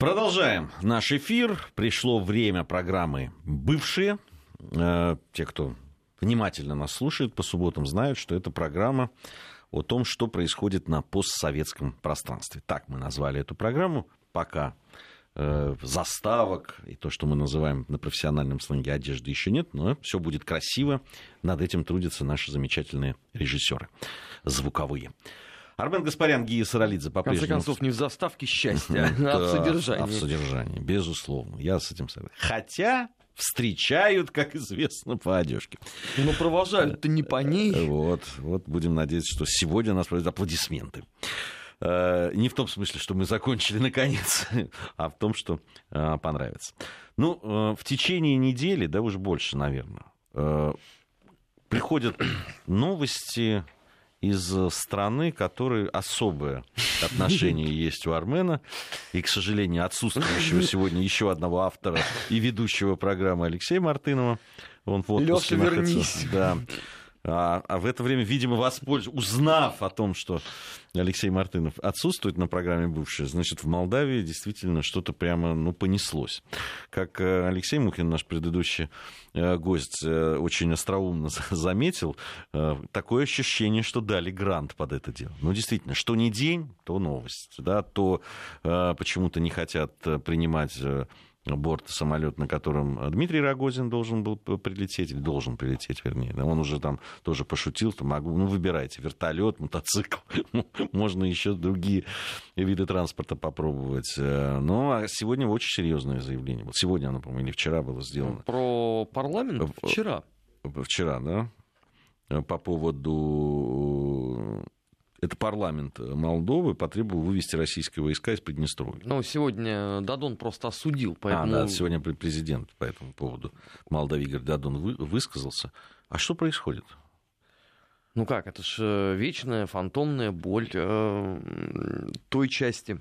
Продолжаем наш эфир. Пришло время программы «Бывшие». Те, кто внимательно нас слушает по субботам, знают, что это программа о том, что происходит на постсоветском пространстве. Так мы назвали эту программу. Пока заставок и то, что мы называем на профессиональном сленге одежды, еще нет, но все будет красиво. Над этим трудятся наши замечательные режиссеры звуковые. Армен Гаспарян, Гия Саралидзе по-прежнему. В конце концов, не в заставке счастья, а в содержании. А в содержании, безусловно. Я с этим согласен. Хотя встречают, как известно, по одежке. Но провожают-то не по ней. Вот будем надеяться, что сегодня у нас пройдут аплодисменты. Не в том смысле, что мы закончили наконец, а в том, что понравится. В течение недели, да уже больше, наверное, приходят новости из страны, которой особое отношение есть у Армена, и, к сожалению, отсутствующего сегодня еще одного автора и ведущего программы Алексея Мартынова. Он в отпуске Лёша, находится. вернись. Да. А в это время, видимо, узнав о том, что Алексей Мартынов отсутствует на программе «Бывшие», значит, в Молдавии действительно что-то прямо, понеслось. Как Алексей Мухин, наш предыдущий гость, очень остроумно заметил, такое ощущение, что дали грант под это дело. Действительно, что не день, то новость. Да, то почему-то не хотят принимать борт самолет, на котором Дмитрий Рогозин должен был прилететь, или должен прилететь, вернее. Он уже там тоже пошутил, что выбирайте, вертолет, мотоцикл, можно еще другие виды транспорта попробовать. А сегодня очень серьезное заявление было. Сегодня оно, по-моему, или вчера было сделано. Про парламент? Вчера. Вчера, да? По поводу... Это парламент Молдовы потребовал вывести российские войска из Приднестровья. Сегодня Дадон просто осудил. Поэтому... Сегодня президент по этому поводу Молдавии Игорь Дадон высказался. А что происходит? Это же вечная фантомная боль той части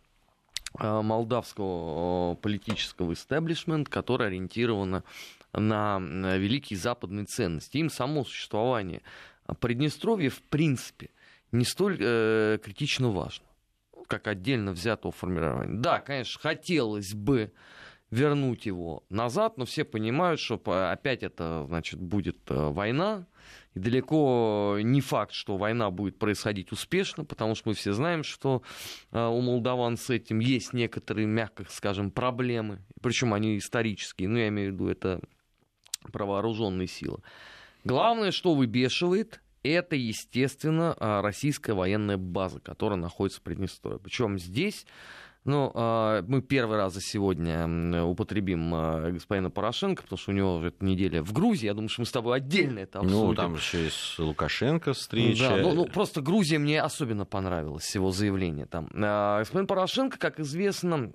молдавского политического истеблишмента, которая ориентирована на великие западные ценности. Им само существование Приднестровья, в принципе, не столь критично важно, как отдельно взятого формирования. Да, конечно, хотелось бы вернуть его назад, но все понимают, что опять это, будет война, и далеко не факт, что война будет происходить успешно, потому что мы все знаем, что у молдаван с этим есть некоторые, мягко скажем, проблемы, причем они исторические, я имею в виду, это вооруженные силы. Главное, что выбешивает, это, естественно, российская военная база, которая находится в Приднестровье. Причем здесь, мы первый раз за сегодня употребим господина Порошенко, потому что у него эта неделя в Грузии. Я думаю, что мы с тобой отдельно это обсудим. Там еще есть Лукашенко встреча. Да, просто Грузия мне особенно понравилась, его заявление там. Господин Порошенко, как известно,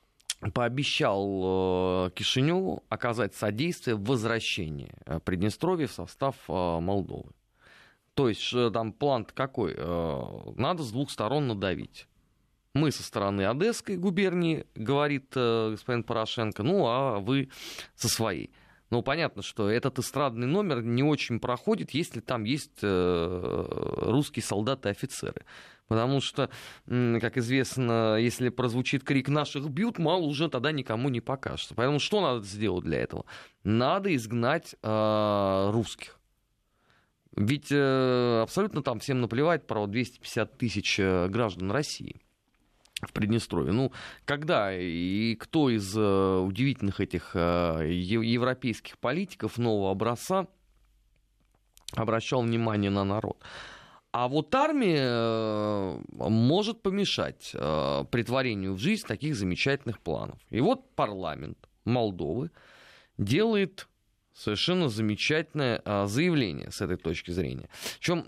пообещал Кишиневу оказать содействие в возвращении Приднестровья в состав Молдовы. То есть там план какой? Надо с двух сторон надавить. Мы со стороны Одесской губернии, говорит господин Порошенко, а вы со своей. Понятно, что этот эстрадный номер не очень проходит, если там есть русские солдаты и офицеры. Потому что, как известно, если прозвучит крик «наших бьют», мало уже тогда никому не покажется. Поэтому что надо сделать для этого? Надо изгнать русских. Ведь абсолютно там всем наплевать про 250 тысяч граждан России в Приднестровье. Когда и кто из удивительных этих европейских политиков нового образца обращал внимание на народ? А армия может помешать претворению в жизнь таких замечательных планов. И парламент Молдовы делает совершенно замечательное заявление с этой точки зрения. Причем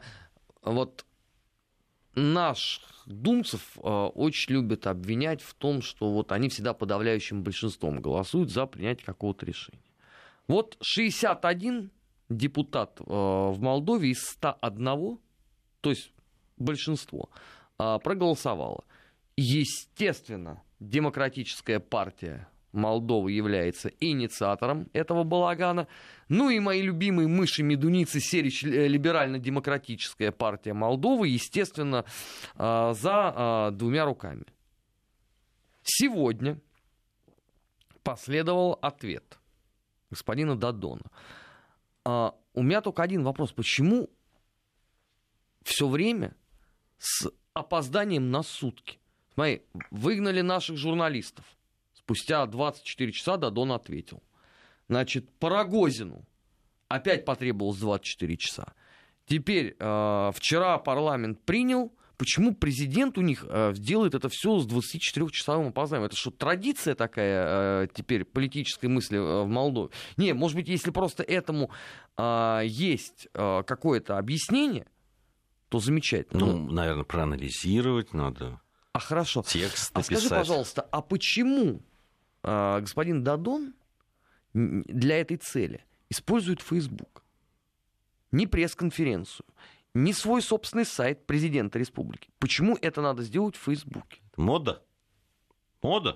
наших думцев очень любят обвинять в том, что вот они всегда подавляющим большинством голосуют за принятие какого-то решения. Вот 61 депутат в Молдове из 101, то есть большинство, проголосовало. Естественно, Демократическая партия Молдовы является инициатором этого балагана. Ну и мои любимые мыши-медуницы Серич, либерально-демократическая партия Молдовы, естественно, за двумя руками. Сегодня последовал ответ господина Дадона. У меня только один вопрос. Почему все время с опозданием на сутки? Смотри, выгнали наших журналистов. Спустя 24 часа Дадон ответил. Значит, по Рогозину опять потребовалось 24 часа. Теперь вчера парламент принял. Почему президент у них делает это все с 24-часовым опозданием? Это что, традиция такая теперь политической мысли в Молдове? Не, может быть, если просто этому есть какое-то объяснение, то замечательно. Ну, наверное, проанализировать надо. Хорошо. Текст написать. Скажи, пожалуйста, а почему господин Дадон для этой цели использует Facebook? Не пресс-конференцию, не свой собственный сайт президента республики. Почему это надо сделать в Фейсбуке? Мода? Мода?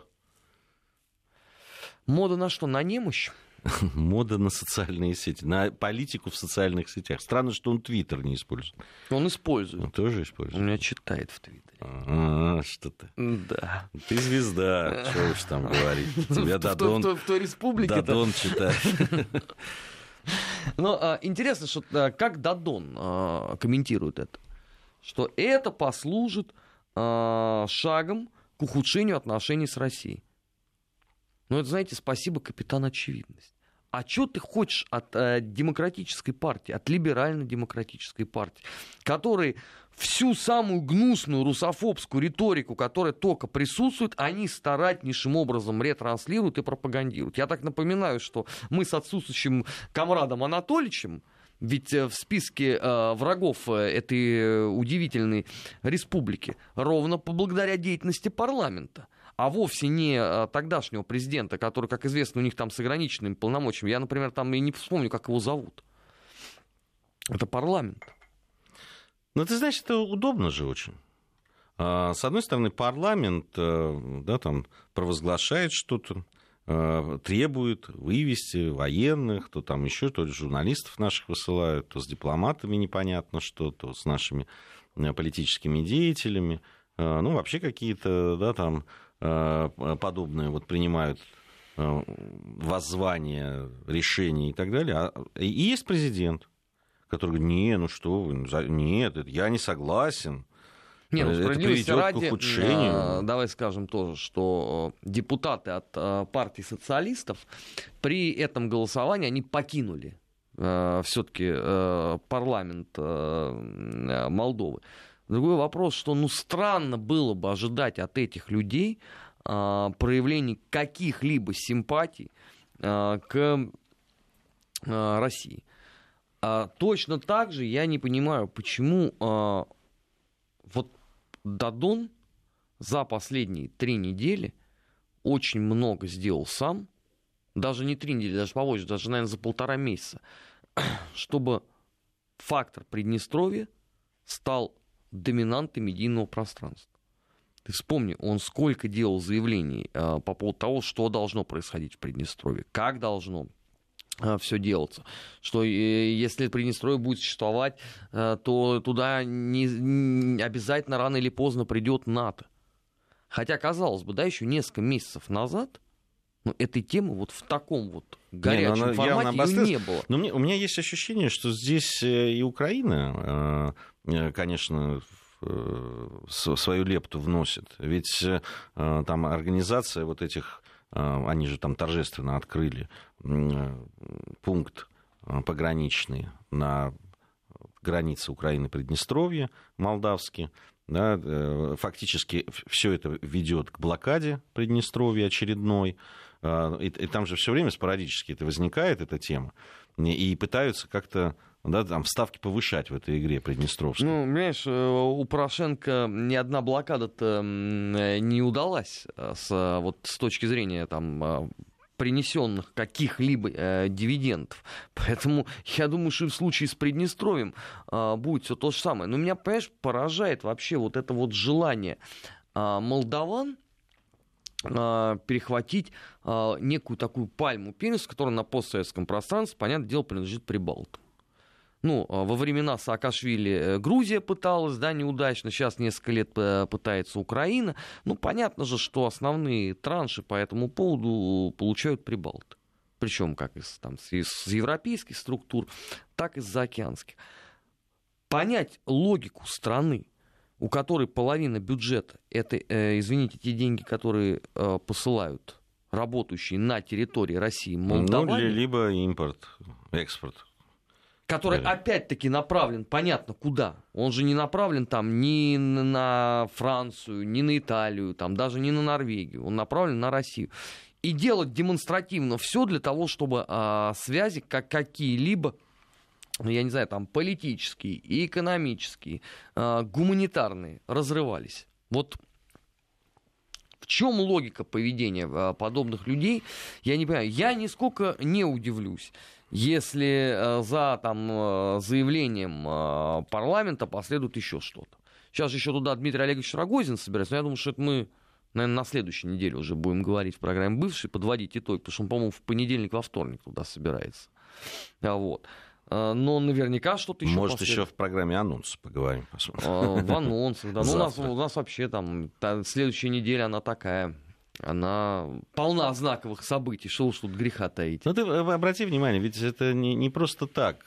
Мода на что? На немощь? Мода на социальные сети, на политику в социальных сетях. Странно, что он Твиттер не использует. Он использует. Он тоже использует. Он меня читает в Твиттере. Что ты? Да. Ты звезда, что уж там говорить. Тебя Дадон... В той республике. Дадон читает. Но интересно, что как Дадон комментирует это, что это послужит шагом к ухудшению отношений с Россией. Ну, это, знаете, спасибо, капитан Очевидность. А что ты хочешь от демократической партии, от либерально-демократической партии, которые всю самую гнусную русофобскую риторику, которая только присутствует, они старательнейшим образом ретранслируют и пропагандируют. Я так напоминаю, что мы с отсутствующим комрадом Анатольевичем, ведь в списке врагов этой удивительной республики ровно благодаря деятельности парламента, а вовсе не тогдашнего президента, который, как известно, у них там с ограниченными полномочиями. Я, например, там и не вспомню, как его зовут. Это парламент. Ну, ты знаешь, это удобно же очень. С одной стороны, парламент там, провозглашает что-то, требует вывести военных, то там еще то журналистов наших высылают, то с дипломатами непонятно что, то с нашими политическими деятелями. Ну, вообще какие-то, да, там, подобные вот принимают воззвания, решения и так далее. И есть президент, который говорит, не, ну что вы, нет, я не согласен. Не, ну, справедливости ради, к ухудшению. Давай скажем тоже, что депутаты от партии социалистов при этом голосовании, они покинули все-таки парламент Молдовы. Другой вопрос, что странно было бы ожидать от этих людей проявлений каких-либо симпатий к России. Точно так же я не понимаю, почему вот Дадон за последние 3 недели очень много сделал сам, даже не 3 недели, даже побольше, даже, наверное, за 1,5 месяца, чтобы фактор Приднестровья стал доминантой медийного пространства. Ты вспомни, он сколько делал заявлений по поводу того, что должно происходить в Приднестровье, как должно все делаться, что если Приднестровье будет существовать, то туда не обязательно рано или поздно придет НАТО. Хотя, казалось бы, да, еще несколько месяцев назад, но этой темы вот в таком вот горячем формате ее не было. Но у меня есть ощущение, что здесь и Украина, конечно, свою лепту вносит. Ведь там организация вот этих, они же там торжественно открыли пункт пограничный на границе Украины-Приднестровья, молдавский. Да, фактически все это ведет к блокаде Приднестровья очередной. И там же все время спорадически это возникает, эта тема. И пытаются как-то, да, там ставки повышать в этой игре приднестровской. Ну, понимаешь, у Порошенко ни одна блокада-то не удалась вот с точки зрения там принесенных каких-либо дивидендов. Поэтому я думаю, что и в случае с Приднестровьем будет все то же самое. Но меня, понимаешь, поражает вообще вот это вот желание молдаван перехватить некую такую пальму первенства, которая на постсоветском пространстве, понятное дело, принадлежит прибалтам. Ну, во времена Саакашвили Грузия пыталась, да, неудачно, сейчас несколько лет пытается Украина. Ну, понятно же, что основные транши по этому поводу получают прибалты. Причем как из европейских структур, так и из заокеанских. Понять логику страны, у которой половина бюджета, это, извините, те деньги, которые посылают работающие на территории России молдаване. Ну, либо импорт, экспорт. Который, опять-таки, направлен, понятно, куда. Он же не направлен там ни на Францию, ни на Италию, там, даже не на Норвегию. Он направлен на Россию. И делать демонстративно все для того, чтобы связи какие-либо, ну, я не знаю, там, политические, экономические, гуманитарные разрывались. Вот в чем логика поведения подобных людей, я не понимаю. Я нисколько не удивлюсь, если за заявлением парламента последует еще что-то. Сейчас еще туда Дмитрий Олегович Рогозин собирается, но я думаю, что это мы, наверное, на следующей неделе уже будем говорить в программе «Бывший», подводить итог, потому что он, по-моему, в понедельник, во вторник туда собирается. Вот. Но наверняка что-то еще. Может, еще в программе «Анонс» поговорим. В анонсах, да. Ну, у нас вообще там следующая неделя, она такая. Она полна знаковых событий, что уж тут греха таить. Ну, ты обрати внимание, ведь это не просто так.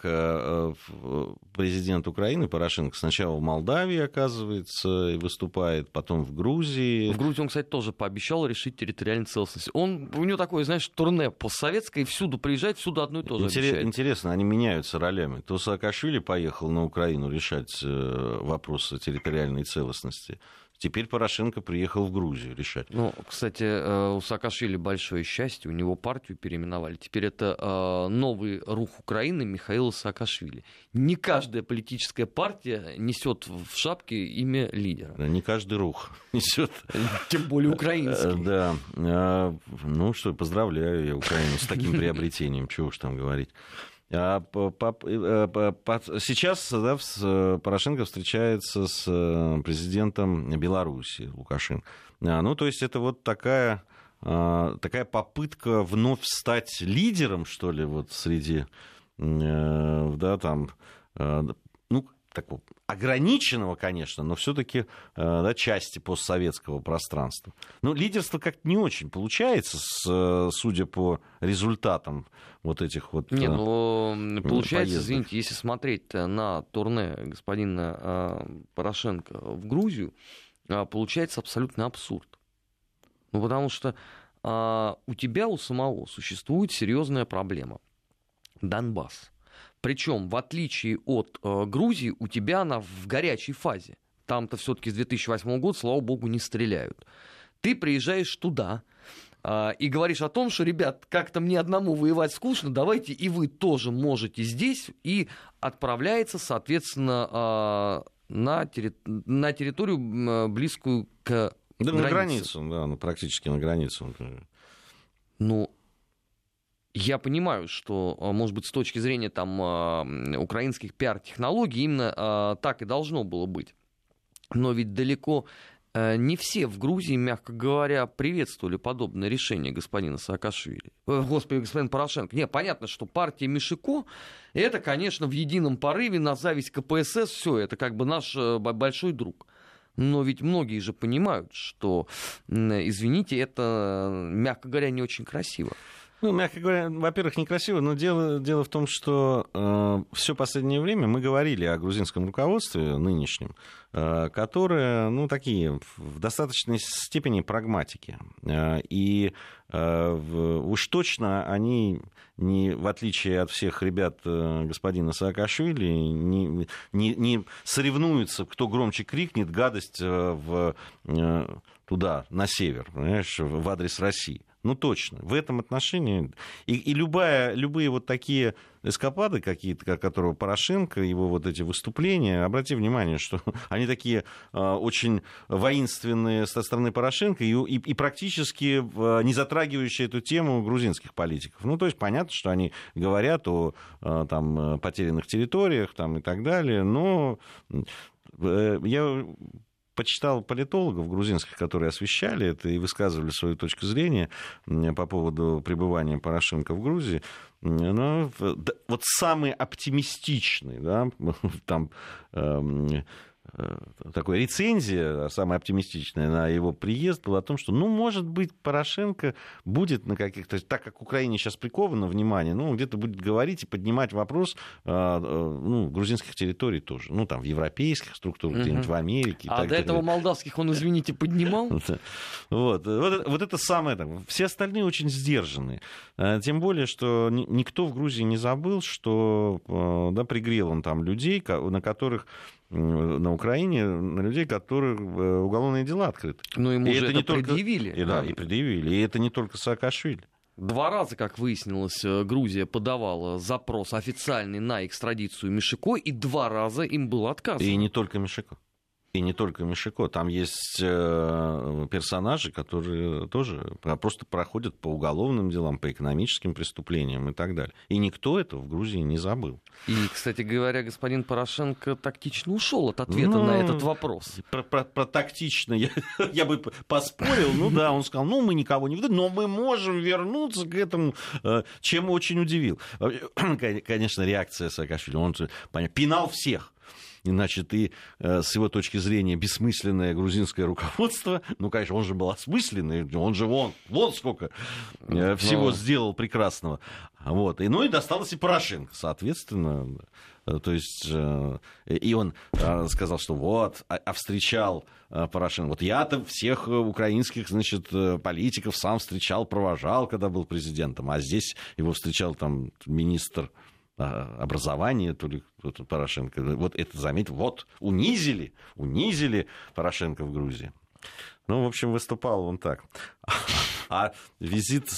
Президент Украины Порошенко сначала в Молдавии, оказывается, и выступает, потом в Грузии. В Грузии он, кстати, тоже пообещал решить территориальную целостность. У него такое, знаешь, турне постсоветское, и всюду приезжает, всюду одно и то же обещает. Интересно, они меняются ролями. То Саакашвили поехал на Украину решать вопросы территориальной целостности. Теперь Порошенко приехал в Грузию решать. Ну, кстати, у Саакашвили большое счастье, у него партию переименовали. Теперь это новый рух Украины Михаила Саакашвили. Не каждая политическая партия несет в шапке имя лидера. Да, не каждый рух несет. Тем более украинский. Да. Ну что, поздравляю я Украину с таким приобретением, чего уж там говорить. Сейчас, да, Порошенко встречается с президентом Беларуси Лукашенко. Ну, то есть это вот такая попытка вновь стать лидером, что ли, вот среди, да, там, ну, такого ограниченного, конечно, но все-таки части постсоветского пространства. Но лидерство как-то не очень получается, судя по результатам вот этих вот получается, поездок. Извините, если смотреть на турне господина Порошенко в Грузию, получается абсолютно абсурд. Ну, потому что у тебя, у самого, существует серьезная проблема. Донбасс. Причем, в отличие от Грузии, у тебя она в горячей фазе. Там-то все-таки с 2008 года, слава богу, не стреляют. Ты приезжаешь туда и говоришь о том, что, ребят, как-то мне одному воевать скучно, давайте и вы тоже можете здесь, и отправляется, соответственно, на территорию, близкую к границе. На границу, да, практически на границу. Ну, я понимаю, что, может быть, с точки зрения там, украинских пиар-технологий именно так и должно было быть. Но ведь далеко не все в Грузии, мягко говоря, приветствовали подобное решение господина Саакашвили. Господин Порошенко. Не, понятно, что партия Мишико, это, конечно, в едином порыве на зависть КПСС, все, это как бы наш большой друг. Но ведь многие же понимают, что, извините, это, мягко говоря, не очень красиво. Ну, мягко говоря, во-первых, некрасиво, но дело в том, что все последнее время мы говорили о грузинском руководстве нынешнем, которое, ну, такие, в достаточной степени прагматики. И уж точно они, в отличие от всех ребят господина Саакашвили, не соревнуются, кто громче крикнет гадость туда, на север, понимаешь, в адрес России. Ну, точно. В этом отношении... И любые вот такие эскапады какие-то, как которого Порошенко, его вот эти выступления, обрати внимание, что они такие очень воинственные со стороны Порошенко и практически не затрагивающие эту тему грузинских политиков. Ну, то есть понятно, что они говорят о там, потерянных территориях там, и так далее, но я почитал политологов грузинских, которые освещали это и высказывали свою точку зрения по поводу пребывания Порошенко в Грузии. Но вот самый оптимистичный, да, там такой рецензия, самая оптимистичная на его приезд, была о том, что, ну, может быть, Порошенко будет на каких-то... Так как Украине сейчас приковано внимание, ну, где-то будет говорить и поднимать вопрос грузинских территорий тоже. Ну, там, в европейских структурах, где-нибудь в Америке. А до этого молдавских он, извините, поднимал? Вот это самое... Все остальные очень сдержанные. Тем более, что никто в Грузии не забыл, что пригрел он там людей, на которых... на Украине, на людей, которых уголовные дела открыты. Ну, ему же это предъявили. И предъявили. И это не только Саакашвили. 2 раза, как выяснилось, Грузия подавала запрос официальный на экстрадицию Мишико, и 2 раза им было отказано. И не только Мишико. И не только Мишико. Там есть персонажи, которые тоже просто проходят по уголовным делам, по экономическим преступлениям и так далее. И никто этого в Грузии не забыл. И, кстати говоря, господин Порошенко тактично ушел от ответа на этот вопрос. Про тактично я бы поспорил. Ну да, он сказал, мы никого не выдаем, но мы можем вернуться к этому, чем очень удивил. Конечно, реакция Саакашвили, он пинал всех. Значит, и с его точки зрения бессмысленное грузинское руководство, ну, конечно, он же был осмысленный, он же вон сколько всего сделал прекрасного. Вот. И досталось и Порошенко, соответственно. То есть, и он сказал, что встречал Порошенко. Вот я-то всех украинских, значит, политиков сам встречал, провожал, когда был президентом, а здесь его встречал там министр образования, то ли Порошенко. Вот это заметил. Унизили Порошенко в Грузии. Ну, в общем, выступал он так. А визит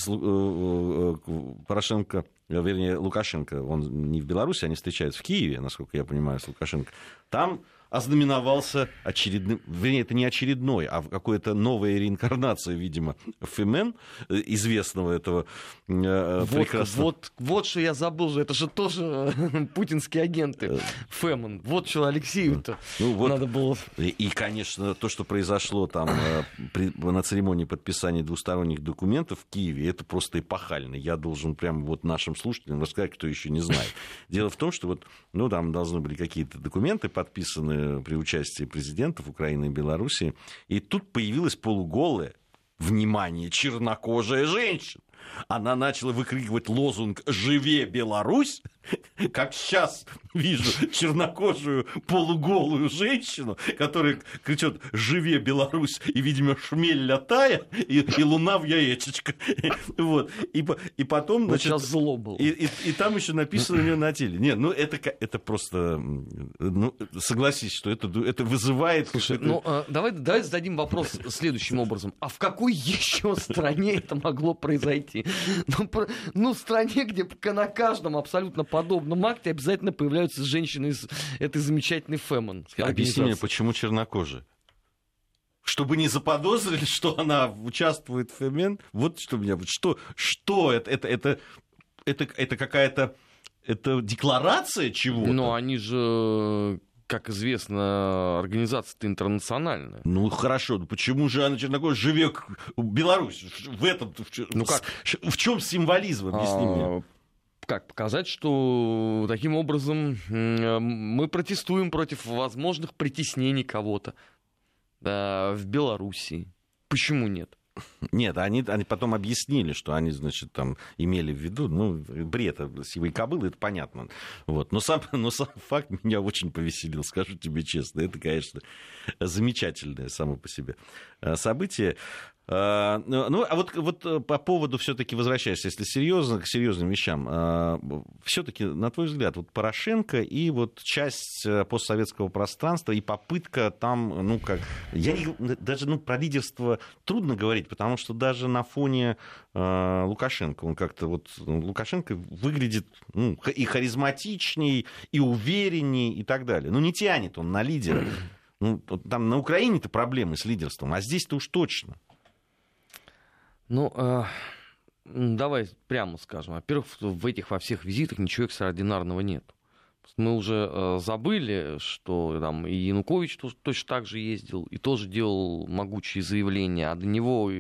Порошенко, вернее, Лукашенко, он не в Беларуси, они встречаются в Киеве, насколько я понимаю, с Лукашенко. Там ознаменовался очередным, вернее, это не очередной, а какая-то новая реинкарнация, видимо, Фемен, известного этого прекрасного... Вот что я забыл же, это же тоже путинские агенты. Фемен. Вот что Алексею-то надо было... И, конечно, то, что произошло там на церемонии подписания двусторонних документов в Киеве, это просто эпохально. Я должен прямо нашим слушателям рассказать, кто еще не знает. Дело в том, что там должны были какие-то документы подписаны при участии президентов Украины и Белоруссии, и тут появилась полуголая, внимание, чернокожая женщина. Она начала выкрикивать лозунг «Живе Беларусь!», как сейчас вижу чернокожую полуголую женщину, которая кричит «Живе Беларусь!» и, видимо, шмель лятая, и луна в яичечко. Вот. И потом... Вот сейчас зло было. И там еще написано у нее на теле. Нет, это просто... согласись, что это вызывает... Слушай, давай зададим вопрос следующим образом. А в какой еще стране это могло произойти? В стране, где на каждом абсолютно подобном акте обязательно появляются женщины из этой замечательной Фемен. Объясни мне, почему чернокожие? Чтобы не заподозрили, что она участвует в Фемен? Вот что меня... Что это? Это какая-то... Это декларация чего-то? Но они же... Как известно, организация-то интернациональная. Ну хорошо, почему же Анна Чернокожая живет в Беларуси? В чем символизм? Объясни мне. Как показать, что таким образом мы протестуем против возможных притеснений кого-то в Белоруссии. Почему нет? Нет, они потом объяснили, что они, значит, там имели в виду, бред сивой кобылы, это понятно. Вот. Но сам факт меня очень повеселил, скажу тебе честно. Это, конечно, замечательное само по себе событие. А вот по поводу, все-таки возвращаясь, если серьезно, к серьезным вещам, все-таки, на твой взгляд, Порошенко и часть постсоветского пространства и попытка там, даже про лидерство трудно говорить, потому что даже на фоне Лукашенко, он как-то Лукашенко выглядит и харизматичней, и уверенней, и так далее. Не тянет он на лидера. Там на Украине-то проблемы с лидерством, а здесь-то уж точно. Давай прямо скажем. Во-первых, во всех визитах ничего экстраординарного нет. Мы уже забыли, что там и Янукович точно так же ездил, и тоже делал могучие заявления, а до него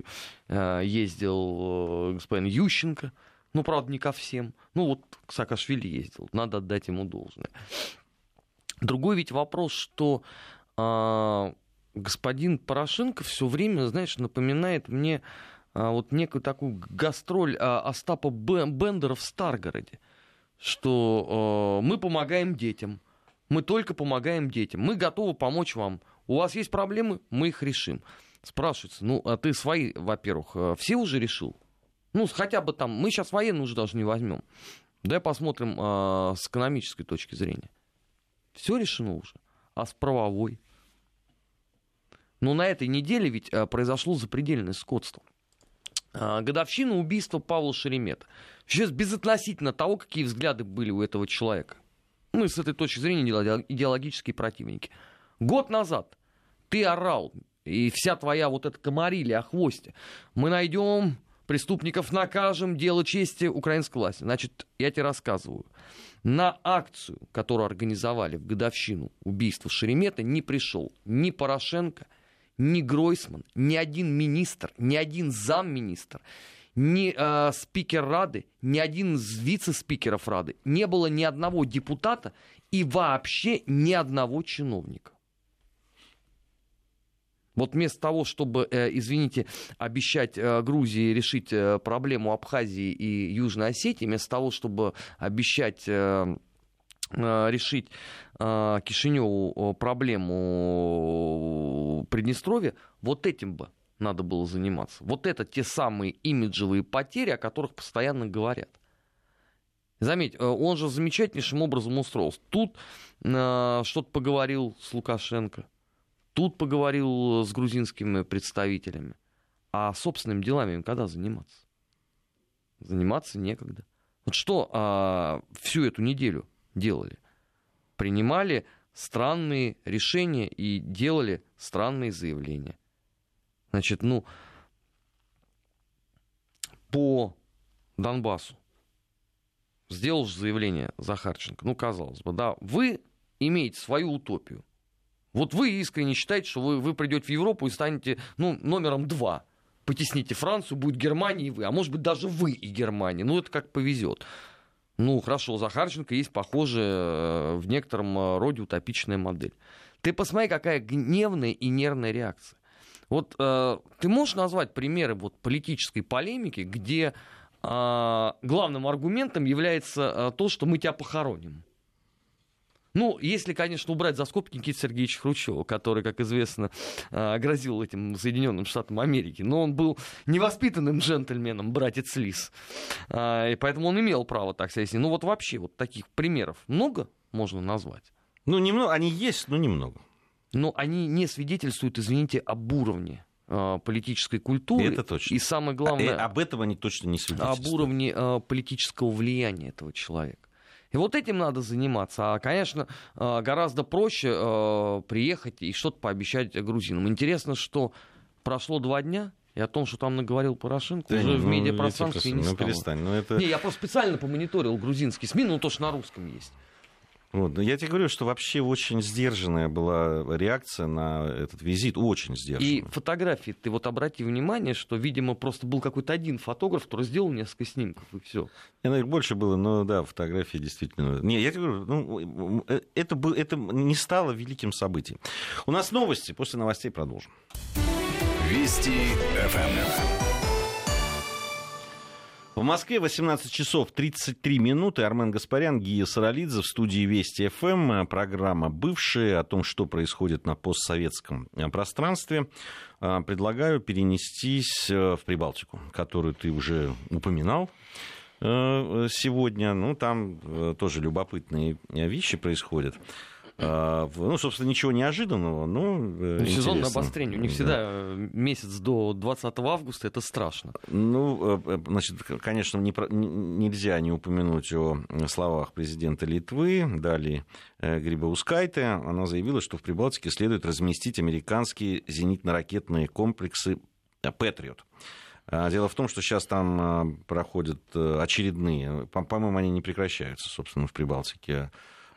ездил господин Ющенко, ну, правда, не ко всем. Ну, вот к Саакашвили ездил, надо отдать ему должное. Другой ведь вопрос, что господин Порошенко все время, знаешь, напоминает мне вот некую такую гастроль Остапа Бендера в Старгороде, что мы помогаем детям, мы только помогаем детям, мы готовы помочь вам. У вас есть проблемы, мы их решим. Спрашивается, ну, а ты свои, во-первых, все уже решил? Ну, хотя бы там, мы сейчас военные уже даже не возьмем. Давай посмотрим с экономической точки зрения. Все решено уже, а с правовой? Но на этой неделе ведь произошло запредельное скотство. Годовщина убийства Павла Шеремета. Сейчас безотносительно того, какие взгляды были у этого человека. Ну и с этой точки зрения идеологические противники. Год назад ты орал, и вся твоя вот эта комарилья о хвосте. Мы найдем преступников, накажем, дело чести украинской власти. Значит, я тебе рассказываю. На акцию, которую организовали в годовщину убийства Шеремета, не пришел ни Порошенко, ни Гройсман, ни один министр, ни один замминистр, ни спикер Рады, ни один из вице-спикеров Рады. Не было ни одного депутата и вообще ни одного чиновника. Вот вместо того, чтобы, извините, обещать Грузии решить проблему Абхазии и Южной Осетии, вместо того, чтобы обещать решить Кишиневу проблему Приднестровья, вот этим бы надо было заниматься. Вот это те самые имиджевые потери, о которых постоянно говорят. Заметь, он же замечательнейшим образом устроился. Тут что-то поговорил с Лукашенко, тут поговорил с грузинскими представителями. А собственными делами им когда заниматься? Заниматься некогда. Вот что всю эту неделю делали? Принимали странные решения и делали странные заявления. Значит, ну, по Донбассу сделал же заявление Захарченко. Ну, казалось бы, да, вы имеете свою утопию. Вот вы искренне считаете, что вы придете в Европу и станете, ну, номером 2. Потесните Францию, будет Германия и вы. А может быть, даже вы и Германия. Ну, это как повезет. Ну, хорошо, у Захарченко есть похожая в некотором роде утопичная модель. Ты посмотри, какая гневная и нервная реакция. Вот ты можешь назвать примеры вот политической полемики, где главным аргументом является то, что мы тебя похороним? Ну, если, конечно, убрать за скобки Никиты Сергеевича Хрущева, который, как известно, грозил этим Соединенным Штатам Америки. Но он был невоспитанным джентльменом, братец Лис. И поэтому он имел право так себя вести. Ну, вот вообще, вот таких примеров много можно назвать? Ну, немного, они есть, но немного. Но они не свидетельствуют, извините, об уровне политической культуры. Это точно. И самое главное... об этом они точно не свидетельствуют. Об уровне политического влияния этого человека. И вот этим надо заниматься. А, конечно, гораздо проще приехать и что-то пообещать грузинам. Интересно, что прошло 2 дня, и о том, что там наговорил Порошенко, уже в медиапространстве не стало. Перестань. Это... Не, я просто специально помониторил грузинские СМИ, ну то, что на русском есть. Вот. Я тебе говорю, что вообще очень сдержанная была реакция на этот визит, очень сдержанная. И фотографии, ты вот обрати внимание, что, видимо, просто был какой-то один фотограф, который сделал несколько снимков, и все. Наверное, больше было, но да, фотографии действительно... Не, я тебе говорю, ну, это не стало великим событием. У нас новости, после новостей продолжим. Вести ФМ. В Москве 18 часов 33 минуты. Армен Гаспарян, Гия Саралидзе в студии Вести ФМ. Программа «Бывшие» о том, что происходит на постсоветском пространстве. Предлагаю перенестись в Прибалтику, которую ты уже упоминал сегодня. Ну, там тоже любопытные вещи происходят. Ну, собственно, ничего неожиданного, но сезонное обострение. У них всегда месяц до 20 августа, это страшно. Ну, значит, конечно, нельзя не упомянуть о словах президента Литвы, Дали Грибаускайте. Она заявила, что в Прибалтике следует разместить американские зенитно-ракетные комплексы «Патриот». Дело в том, что сейчас там проходят очередные, по-моему, они не прекращаются, собственно, в Прибалтике,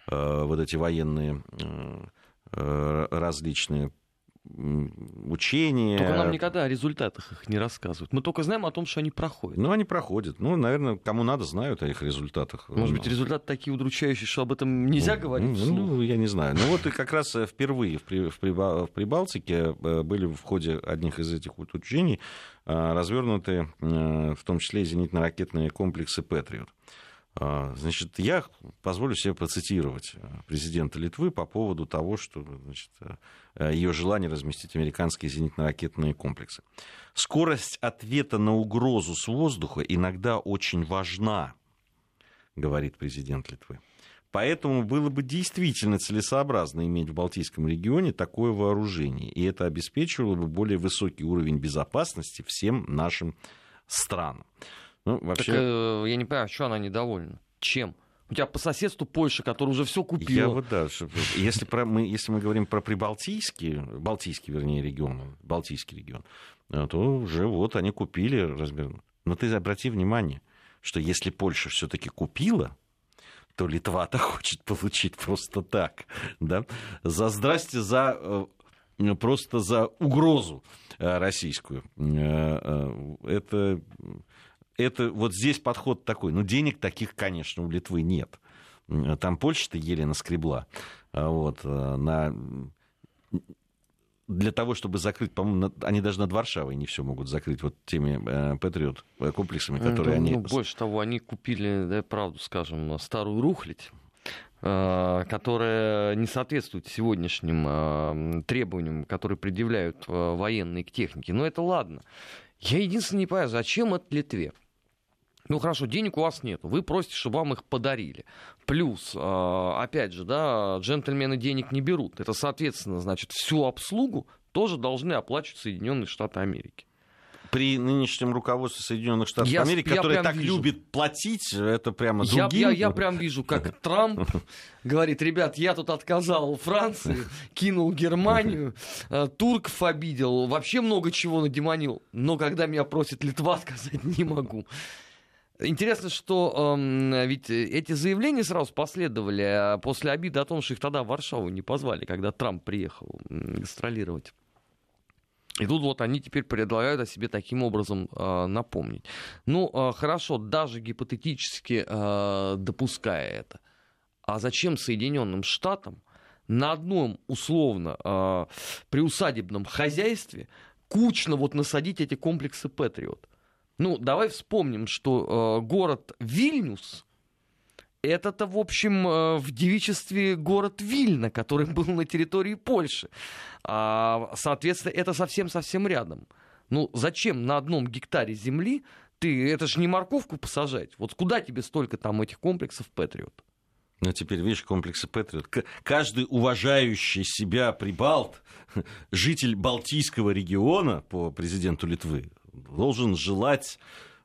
вот эти военные различные учения. Только нам никогда о результатах их не рассказывают. Мы только знаем о том, что они проходят. Ну, они проходят. Ну, наверное, кому надо, знают о их результатах. Может быть, результаты такие удручающие, что об этом нельзя говорить вслух? Ну, я не знаю. Ну, вот и как раз впервые в Прибалтике были в ходе одних из этих учений развернуты, в том числе, и зенитно-ракетные комплексы «Патриот». Значит, я позволю себе процитировать президента Литвы по поводу того, что, значит, ее желание разместить американские зенитно-ракетные комплексы. «Скорость ответа на угрозу с воздуха иногда очень важна», говорит президент Литвы. «Поэтому было бы действительно целесообразно иметь в Балтийском регионе такое вооружение, и это обеспечивало бы более высокий уровень безопасности всем нашим странам». Ну, вообще... Так, я не понимаю, что она недовольна? Чем? У тебя по соседству Польша, которая уже все купила. Я вот, да, если мы говорим про Балтийский регион, то уже вот они купили размер. Но ты обрати внимание, что если Польша все-таки купила, то Литва-то хочет получить просто так, да? Просто за угрозу российскую. Это вот здесь подход такой. Ну, денег таких, конечно, у Литвы нет. Там Польша-то еле наскребла. Вот, для того, чтобы закрыть, по-моему, они даже над Варшавой не все могут закрыть вот теми Патриот комплексами, которые они... Больше того, они купили, да, правду скажем, старую рухлядь, которая не соответствует сегодняшним требованиям, которые предъявляют военные к технике. Но это ладно. Я единственное не понимаю, зачем это Литве? Ну хорошо, денег у вас нет, вы просите, чтобы вам их подарили. Плюс, опять же, да, джентльмены денег не берут. Это, соответственно, значит, всю обслугу тоже должны оплачивать Соединенные Штаты Америки. При нынешнем руководстве Соединенных Штатов Америки, которое так любит платить, это прямо другим. Я прям вижу, как Трамп говорит: ребят, я тут отказал Франции, кинул Германию, турков обидел, вообще много чего надемонил. Но когда меня просит Литва, сказать не могу. Интересно, что ведь эти заявления сразу последовали после обиды о том, что их тогда в Варшаву не позвали, когда Трамп приехал гастролировать. И тут вот они теперь предлагают о себе таким образом напомнить. Ну, хорошо, даже гипотетически допуская это. А зачем Соединенным Штатам на одном условно приусадебном хозяйстве кучно вот насадить эти комплексы «Патриот»? Ну, давай вспомним, что город Вильнюс — это-то, в общем, в девичестве город Вильна, который был на территории Польши. Соответственно, это совсем-совсем рядом. Ну, зачем на одном гектаре земли это же не морковку посажать. Вот куда тебе столько там этих комплексов «Патриот»? Ну, теперь, видишь, комплексы «Патриот». Каждый уважающий себя прибалт, житель Балтийского региона, по президенту Литвы, должен желать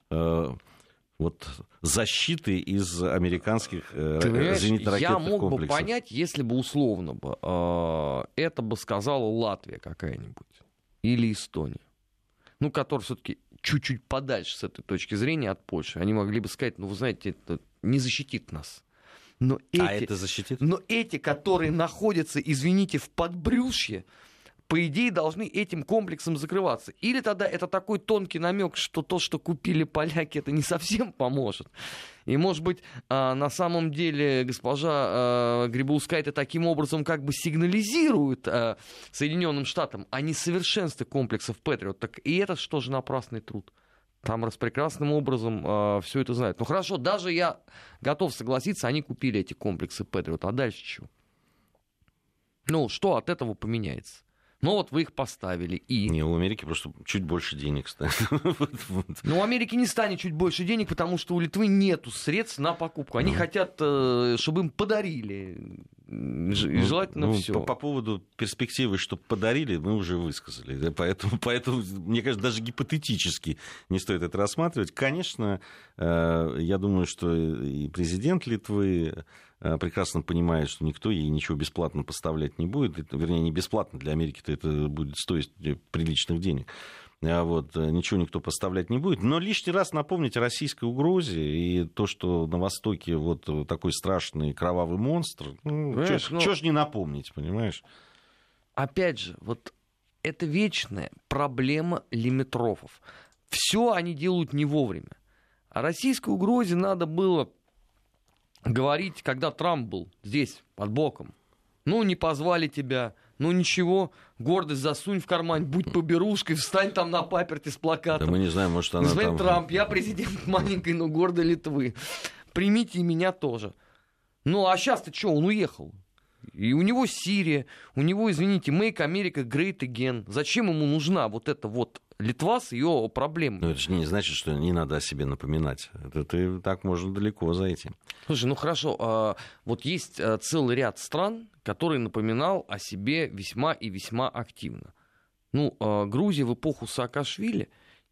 защиты из американских зенитно-ракетных комплексов. Я мог бы понять, если бы условно это бы сказала Латвия какая-нибудь или Эстония, ну, которая все-таки чуть-чуть подальше с этой точки зрения от Польши. Они могли бы сказать: ну, вы знаете, это не защитит нас. Но это защитит? Но эти, которые находятся, извините, в подбрюшье, по идее, должны этим комплексом закрываться. Или тогда это такой тонкий намек, что то, что купили поляки, это не совсем поможет. И, может быть, на самом деле госпожа Грибаускайте таким образом как бы сигнализирует Соединенным Штатам о несовершенстве комплексов «Патриот». Так и это что же напрасный труд? Там распрекрасным образом все это знают. Ну хорошо, даже я готов согласиться, они купили эти комплексы «Патриот». А дальше чего? Ну, что от этого поменяется? Ну вот вы их поставили, и... Не, у Америки просто чуть больше денег станет. Ну, у Америки не станет чуть больше денег, потому что у Литвы нету средств на покупку. Они хотят, чтобы им подарили. Желательно все. По поводу перспективы, чтобы подарили, мы уже высказали. Поэтому, мне кажется, даже гипотетически не стоит это рассматривать. Конечно, я думаю, что и президент Литвы прекрасно понимает, что никто ей ничего бесплатно поставлять не будет. Вернее, не бесплатно, для Америки-то это будет стоить приличных денег. вот, ничего никто поставлять не будет. Но лишний раз напомнить о российской угрозе и то, что на Востоке вот такой страшный кровавый монстр. Чего ж не напомнить, понимаешь? Опять же, вот это вечная проблема лимитрофов. Все они делают не вовремя. О российской угрозе надо было говорить, когда Трамп был здесь, под боком. Ну, не позвали тебя, ну ничего, гордость засунь в карман, будь поберушкой, встань там на паперти с плакатом. Да мы не знаем, может, она Господин там... Трамп, я президент маленькой, но гордой Литвы. Примите и меня тоже. Ну, а сейчас-то что, он уехал. И у него Сирия, у него, извините, Make America Great Again. Зачем ему нужна вот эта вот Литва с ее проблемами? Ну, это же не значит, что не надо о себе напоминать. Это ты так можно далеко зайти. Слушай, ну хорошо, вот есть целый ряд стран, который напоминал о себе весьма и весьма активно. Ну, Грузия в эпоху Саакашвили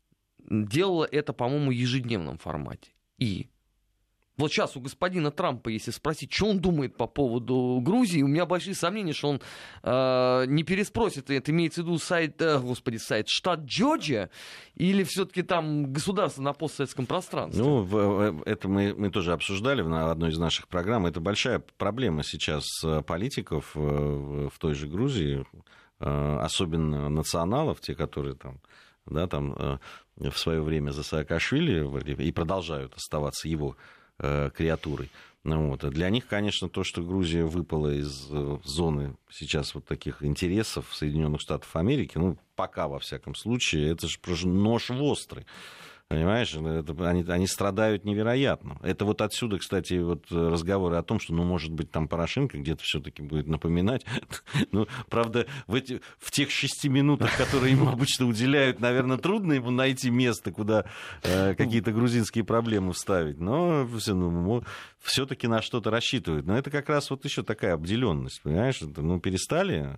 делала это, по-моему, в ежедневном формате. И вот сейчас у господина Трампа, если спросить, что он думает по поводу Грузии, у меня большие сомнения, что он не переспросит, это имеется в виду сайт, штат Джорджия, или все-таки там государство на постсоветском пространстве? Ну, это мы тоже обсуждали в одной из наших программ. Это большая проблема сейчас политиков в той же Грузии, особенно националов, те, которые там, да, там в свое время за Саакашвили и продолжают оставаться его креатурой. Вот. Для них, конечно, то, что Грузия выпала из зоны сейчас вот таких интересов Соединенных Штатов Америки, ну, пока, во всяком случае, это же просто нож острый. Понимаешь, они страдают невероятно. Это вот отсюда, кстати, вот разговоры о том, что, ну, может быть, там Порошенко где-то все-таки будет напоминать. Ну, правда, в тех 6 минутах, которые ему обычно уделяют, наверное, трудно ему найти место, куда какие-то грузинские проблемы вставить. Но все-таки на что-то рассчитывают. Но это как раз вот еще такая обделенность, понимаешь? Ну, перестали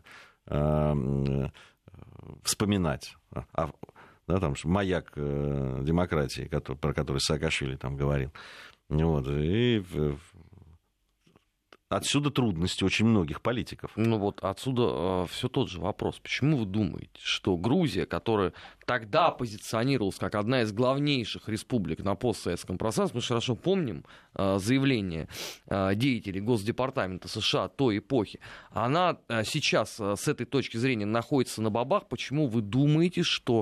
вспоминать. Да, там маяк демократии, про который Саакашвили там говорил. Вот. И отсюда трудности очень многих политиков. Ну вот отсюда все тот же вопрос. Почему вы думаете, что Грузия, которая тогда позиционировалась как одна из главнейших республик на постсоветском пространстве, мы же хорошо помним заявление деятелей Госдепартамента США той эпохи, она сейчас с этой точки зрения находится на бабах. Почему вы думаете, что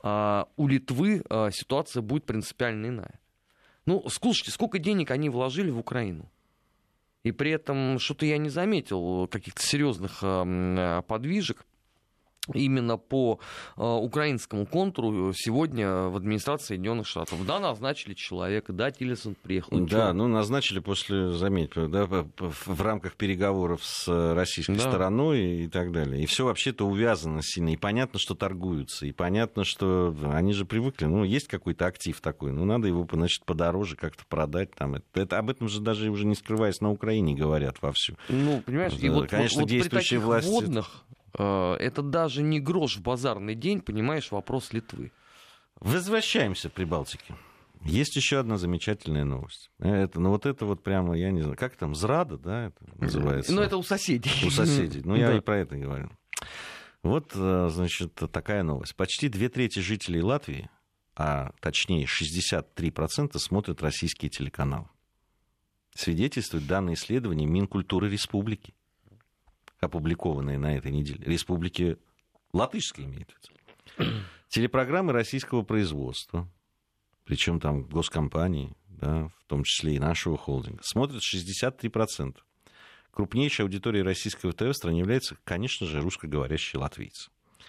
у Литвы ситуация будет принципиально иная? Ну, слушайте, сколько денег они вложили в Украину? И при этом что-то я не заметил каких-то серьезных подвижек именно по украинскому контуру сегодня в администрации Соединенных Штатов. Да, назначили человека, да, Тиллерсон приехал. Да, ну назначили после, заметьте, да, в рамках переговоров с российской стороной и так далее. И все вообще-то увязано сильно. И понятно, что торгуются, и понятно, что они же привыкли. Ну, есть какой-то актив такой, ну, надо его, значит, подороже как-то продать. Там. Это, об этом же даже уже не скрываясь на Украине говорят вовсю. Ну, понимаешь, и вот, конечно, вот действующие при таких власти... водных... Это даже не грош в базарный день, понимаешь, вопрос Литвы. Возвращаемся к Прибалтике. Есть еще одна замечательная новость. Ну вот это вот прямо, я не знаю, как там, зрада, да, это называется? Ну это у соседей. У соседей, ну я и про это говорю. Вот, значит, такая новость. Почти 2/3 жителей Латвии, а точнее 63%, смотрят российские телеканалы. Свидетельствуют данные исследования Минкультуры Республики, опубликованные на этой неделе. Республики Латышской имеет в виду. Телепрограммы российского производства, причем там госкомпании, да, в том числе и нашего холдинга, смотрят 63%. Крупнейшей аудиторией российского ТВ в стране является, конечно же, русскоговорящие латвийцы.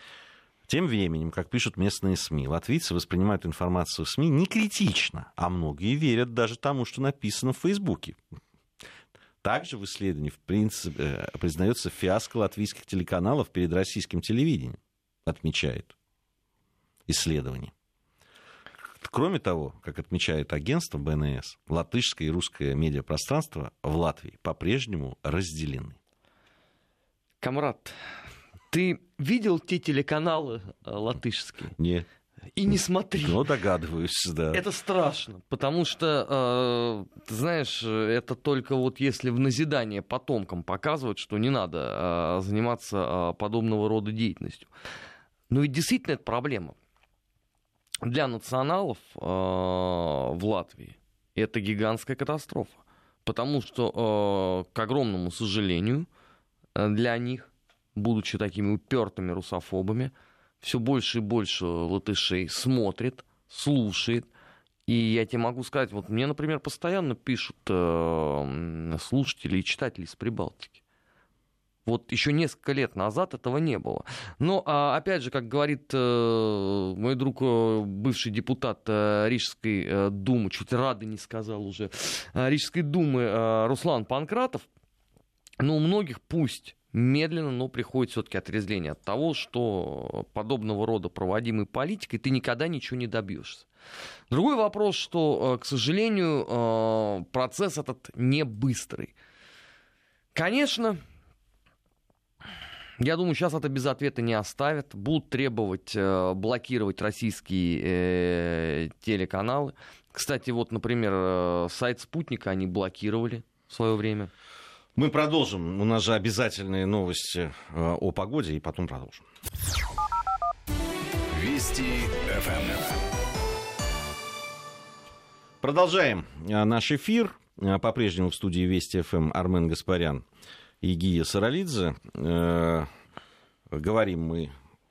Тем временем, как пишут местные СМИ, латвийцы воспринимают информацию в СМИ не критично, а многие верят даже тому, что написано в Фейсбуке. Также в исследовании, в принципе, признается фиаско латвийских телеканалов перед российским телевидением, отмечает исследование. Кроме того, как отмечает агентство БНС, латышское и русское медиапространство в Латвии по-прежнему разделены. Камрад, ты видел те телеканалы латышские? Нет. И не смотри. Ну, догадываюсь, да. Это страшно, потому что, ты знаешь, это только вот если в назидание потомкам показывать, что не надо заниматься подобного рода деятельностью. Но ведь действительно это проблема. для националов в Латвии это гигантская катастрофа. Потому что, к огромному сожалению, для них, будучи такими упертыми русофобами, все больше и больше латышей смотрит, слушает. И я тебе могу сказать, вот мне, например, постоянно пишут слушатели и читатели из Прибалтики. Вот еще несколько лет назад этого не было. Но, опять же, как говорит мой друг, бывший депутат Рижской думы, чуть Рады не сказал уже, Рижской думы Руслан Панкратов, у многих пусть медленно, но приходит все-таки отрезвление от того, что подобного рода проводимой политикой ты никогда ничего не добьешься. Другой вопрос, что, к сожалению, процесс этот не быстрый. Конечно, я думаю, сейчас это без ответа не оставят. Будут требовать блокировать российские телеканалы. Кстати, вот, например, сайт «Спутника» они блокировали в свое время. Мы продолжим. У нас же обязательные новости о погоде, и потом продолжим. Вести ФМ. Продолжаем наш эфир. По-прежнему в студии Вести ФМ Армен Гаспарян и Гия Саралидзе. Говорим мы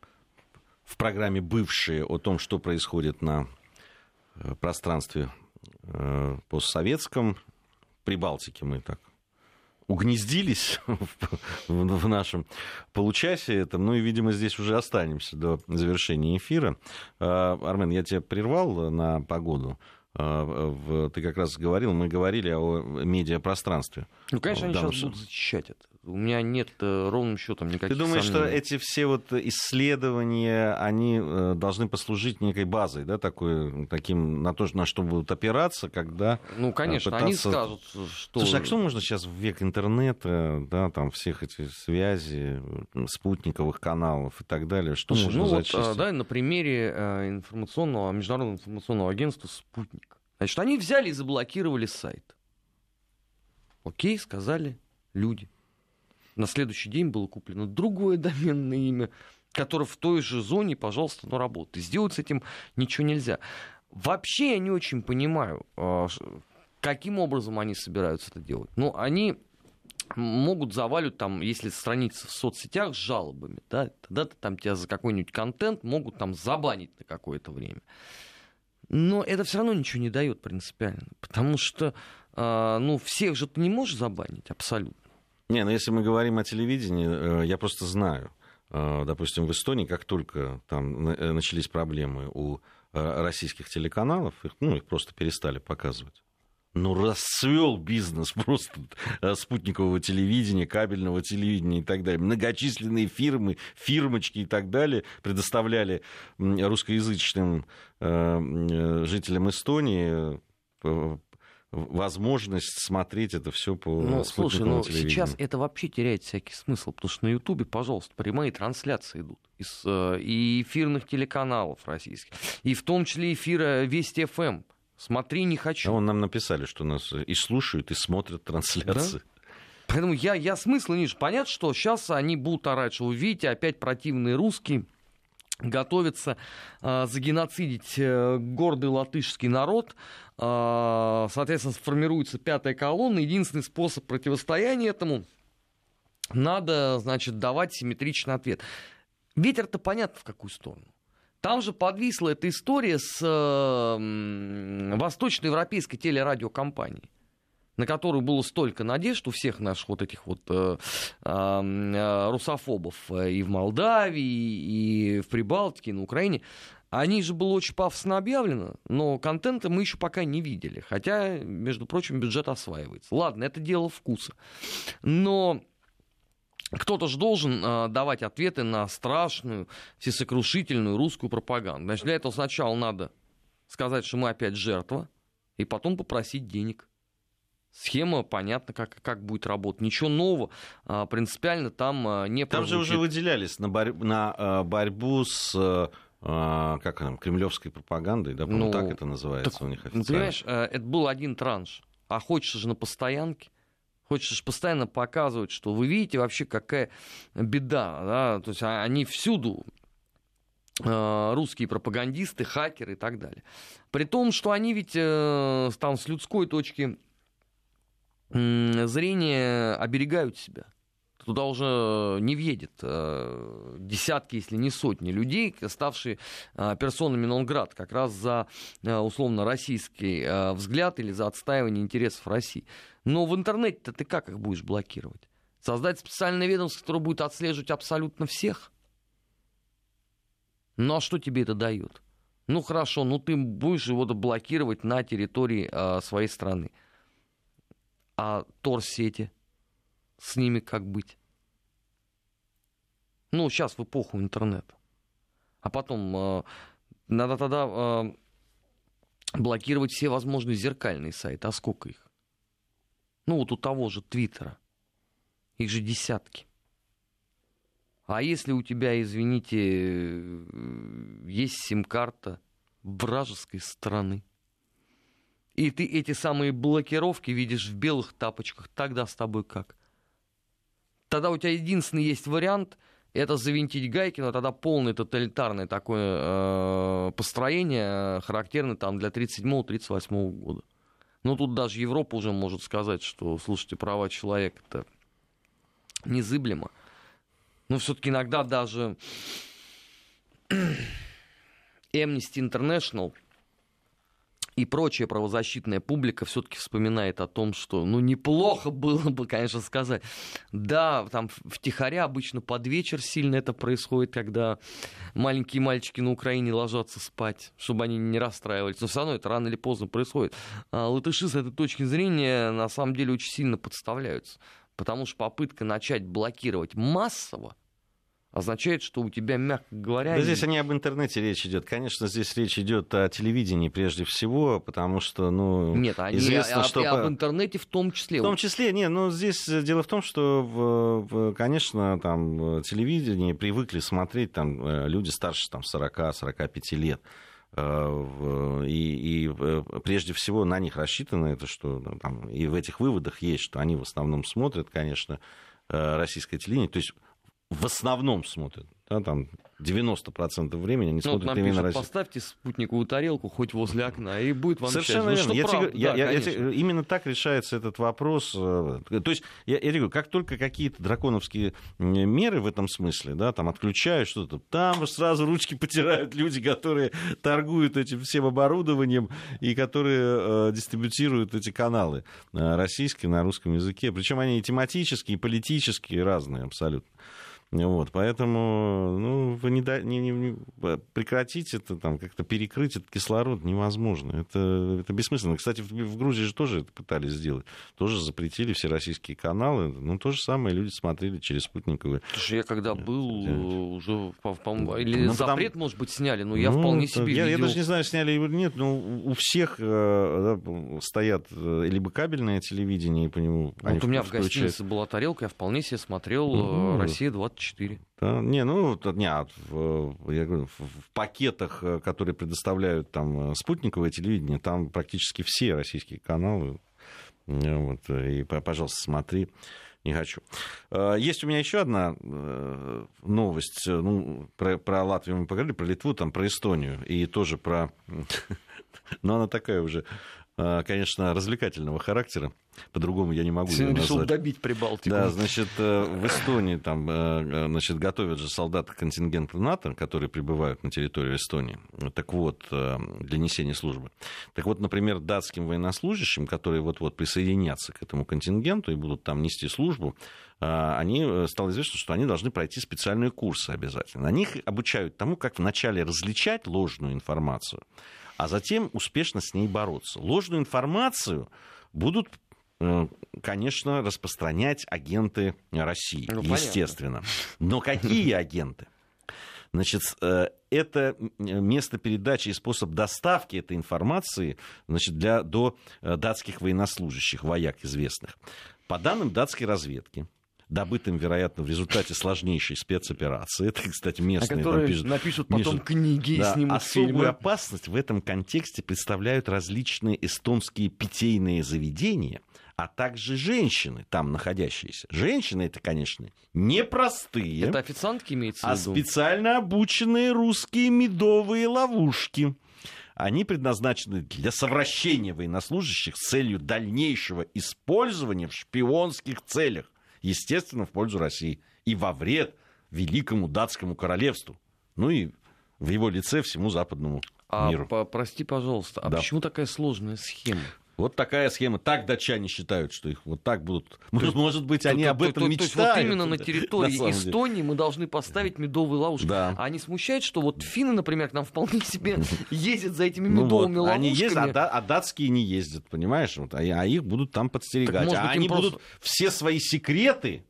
в программе «Бывшие» о том, что происходит на пространстве постсоветском. В Прибалтике мы так угнездились в нашем получасе этом. И, видимо, здесь уже останемся до завершения эфира. Армен, я тебя прервал на погоду. Ты как раз говорил, мы говорили о медиапространстве. Конечно, они сейчас будут защищать это. У меня нет ровным счетом никаких сомнений. Ты думаешь, сомнений. что эти все вот исследования, они должны послужить некой базой, да, таким, на то, на что будут опираться, когда конечно, пытаться... они скажут, что... Слушай, а что можно сейчас в век интернета, да, там всех этих связей, спутниковых каналов и так далее, что можно зачистить? Да, на примере Международного информационного агентства «Спутник». Значит, они взяли и заблокировали сайт. Окей, сказали люди. На следующий день было куплено другое доменное имя, которое в той же зоне, пожалуйста, работает. Сделать с этим ничего нельзя. Вообще я не очень понимаю, каким образом они собираются это делать. Они могут заваливать, там, если страница в соцсетях с жалобами, да, тогда там тебя за какой-нибудь контент могут там забанить на какое-то время. Но это все равно ничего не дает принципиально, потому что всех же ты не можешь забанить абсолютно. Если мы говорим о телевидении, я просто знаю, допустим, в Эстонии, как только там начались проблемы у российских телеканалов, их просто перестали показывать. Расцвел бизнес просто спутникового телевидения, кабельного телевидения и так далее. Многочисленные фирмы, фирмочки и так далее предоставляли русскоязычным жителям Эстонии возможность смотреть это все по спутниковому телевидению. Сейчас это вообще теряет всякий смысл, потому что на Ютубе, пожалуйста, прямые трансляции идут и эфирных телеканалов российских, и в том числе эфира Вести ФМ. Смотри, не хочу. Нам написали, что нас и слушают, и смотрят трансляции. Да? Поэтому я смысла не вижу. Понятно, что сейчас они будут орать, что вы видите, опять противные русские готовятся загеноцидить гордый латышский народ. Соответственно, сформируется пятая колонна. Единственный способ противостояния этому — надо, давать симметричный ответ. Ветер-то понятно в какую сторону. Там же подвисла эта история с восточноевропейской телерадиокомпанией, на которую было столько надежд у всех наших этих русофобов и в Молдавии, и в Прибалтике, и на Украине. О ней же было очень пафосно объявлено, но контента мы еще пока не видели. Хотя, между прочим, бюджет осваивается. Ладно, это дело вкуса. Но кто-то же должен давать ответы на страшную, всесокрушительную русскую пропаганду. Значит, для этого сначала надо сказать, что мы опять жертва, и потом попросить денег. Схема понятна, как будет работать. Ничего нового принципиально там не прозвучит. Там же уже выделялись на борьбу с кремлевской пропагандой, да, по-моему, так это называется у них официально. Понимаешь, это был один транш. А хочется же на постоянке. Хочется же постоянно показывать, что вы видите вообще, какая беда. Да? То есть они всюду русские пропагандисты, хакеры и так далее. При том, что они ведь там с людской точки зрения оберегают себя. Туда уже не въедет десятки, если не сотни людей, ставшие персонами нон-грата как раз за условно российский взгляд или за отстаивание интересов России. Но в интернете-то ты как их будешь блокировать? Создать специальное ведомство, которое будет отслеживать абсолютно всех? Ну а что тебе это дает? Ну хорошо, ну ты будешь его блокировать на территории своей страны. А торсети? С ними как быть? Ну, сейчас в эпоху интернета. А потом надо тогда блокировать все возможные зеркальные сайты. А сколько их? Ну, вот у того же Твиттера. Их же десятки. А если у тебя, извините, есть сим-карта вражеской страны, и ты эти самые блокировки видишь в белых тапочках, тогда с тобой как? Тогда у тебя единственный есть вариант — это завинтить гайки, но тогда полное тоталитарное такое построение, характерное там для 1937-1938 года. Но тут даже Европа уже может сказать, что, слушайте, права человека-то незыблемо. Но все-таки иногда даже Amnesty International и прочая правозащитная публика все-таки вспоминает о том, что, ну, неплохо было бы, конечно, сказать. Да, там втихаря обычно под вечер сильно это происходит, когда маленькие мальчики на Украине ложатся спать, чтобы они не расстраивались. Но все равно это рано или поздно происходит. А латыши с этой точки зрения на самом деле очень сильно подставляются. Потому что попытка начать блокировать массово означает, что у тебя, мягко говоря... Да здесь не об интернете речь идет. Конечно, здесь речь идет о телевидении прежде всего, потому что, ну... Нет, они известно, что... об интернете в том числе. В том числе, нет, но здесь дело в том, что, конечно, там телевидение привыкли смотреть там люди старше там 40-45 лет. И прежде всего на них рассчитано это, что там, и в этих выводах есть, что они в основном смотрят, конечно, российское телевидение, то есть в основном смотрят, да, там 90% времени они смотрят нам именно пишут, Россию. Поставьте спутниковую тарелку хоть возле окна, и будет вам совершенно счастье. верно. Именно так решается этот вопрос. То есть, я говорю, как только какие-то драконовские меры в этом смысле, да, там отключают что-то, там сразу ручки потирают люди, которые торгуют этим всем оборудованием и которые дистрибутируют эти каналы российские на русском языке. Причем они и тематические, и политические, разные абсолютно. Вот, поэтому прекратить это, там, как-то перекрыть этот кислород невозможно. Это бессмысленно. Кстати, в Грузии же тоже это пытались сделать. Тоже запретили все российские каналы. Ну, то же самое люди смотрели через спутниковые. Слушай, я когда был, уже, по-моему, или запрет, может быть, сняли, но я вполне себе видел. Я даже не знаю, сняли или нет, но у всех стоят либо кабельное телевидение, и по нему... Вот у меня в гостинице была тарелка, я вполне себе смотрел «Россия-24». Да, я говорю, в пакетах, которые предоставляют там спутниковое телевидение, там практически все российские каналы. Вот, и, пожалуйста, смотри. Не хочу. Есть у меня еще одна новость. Ну, про Латвию мы поговорили, про Литву, там, про Эстонию. И тоже про... Но она такая уже, конечно, развлекательного характера. По-другому я не могу ее назвать. Решил добить Прибалтику. Да, значит, в Эстонии там, значит, готовят же солдаты контингента НАТО, которые прибывают на территорию Эстонии. Так вот, для несения службы. Так вот, например, датским военнослужащим, которые вот-вот присоединятся к этому контингенту и будут там нести службу, стало известно, что они должны пройти специальные курсы обязательно. На них обучают тому, как вначале различать ложную информацию, а затем успешно с ней бороться. Ложную информацию будут, конечно, распространять агенты России, естественно. Понятно. Но какие агенты? Значит, это место передачи и способ доставки этой информации, значит, до датских военнослужащих, вояк известных. По данным датской разведки, добытым, вероятно, в результате сложнейшей спецоперации. Это, кстати, местные которые напишут потом книги и снимут особую фильмы. опасность в этом контексте представляют различные эстонские питейные заведения, а также женщины, там находящиеся. Женщины это, конечно, непростые. Это официантки имеется в виду? А специально обученные русские медовые ловушки. Они предназначены для совращения военнослужащих с целью дальнейшего использования в шпионских целях, естественно, в пользу России и во вред великому датскому королевству, ну и в его лице всему западному миру. Прости, пожалуйста, а почему такая сложная схема? Вот такая схема. Так датчане считают, что их вот так будут... Может быть, они об этом мечтают. То есть вот именно на территории Эстонии мы должны поставить медовые ловушки. Да. А они смущают, что вот финны, например, к нам вполне себе ездят за этими медовыми ловушками. Они ездят, а датские не ездят, понимаешь? Вот, а их будут там подстерегать. А они будут все свои секреты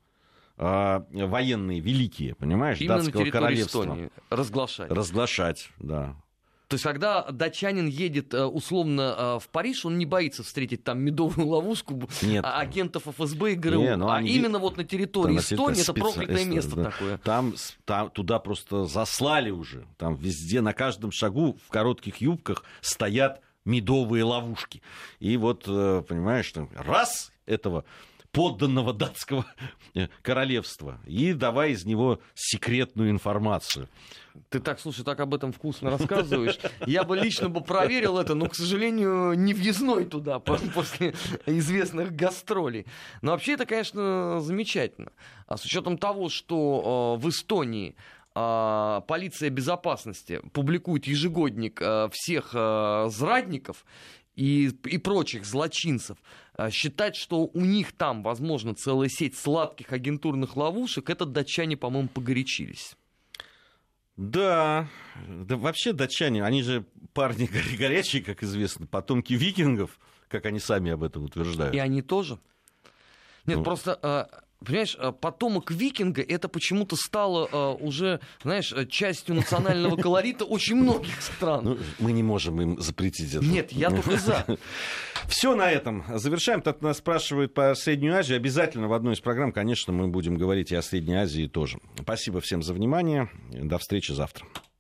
военные, великие, понимаешь, именно датского королевства Эстонии разглашать, да. То есть, когда датчанин едет условно в Париж, он не боится встретить там медовую ловушку агентов ФСБ и ГРУ. Именно вот на территории Эстонии это проклятое место такое. Там туда просто заслали уже. Там везде, на каждом шагу в коротких юбках стоят медовые ловушки. И вот, понимаешь, раз этого подданного датского королевства, и давай из него секретную информацию. Ты так, слушай, так об этом вкусно рассказываешь. Я бы лично проверил это, но, к сожалению, не въездной туда после известных гастролей. Но вообще это, конечно, замечательно. А с учетом того, что в Эстонии полиция безопасности публикует ежегодник всех зрадников и прочих злочинцев, считать, что у них там, возможно, целая сеть сладких агентурных ловушек, это датчане, по-моему, погорячились. Да, вообще датчане, они же парни горячие, как известно, потомки викингов, как они сами об этом утверждают. И они тоже? Нет, просто... Понимаешь, потомок викинга, это почему-то стало уже, знаешь, частью национального колорита очень многих стран. Ну, мы не можем им запретить это. Нет, я только за. Все на этом. Завершаем. Тут нас спрашивают по Среднюю Азию. Обязательно в одной из программ, конечно, мы будем говорить и о Средней Азии тоже. Спасибо всем за внимание. До встречи завтра.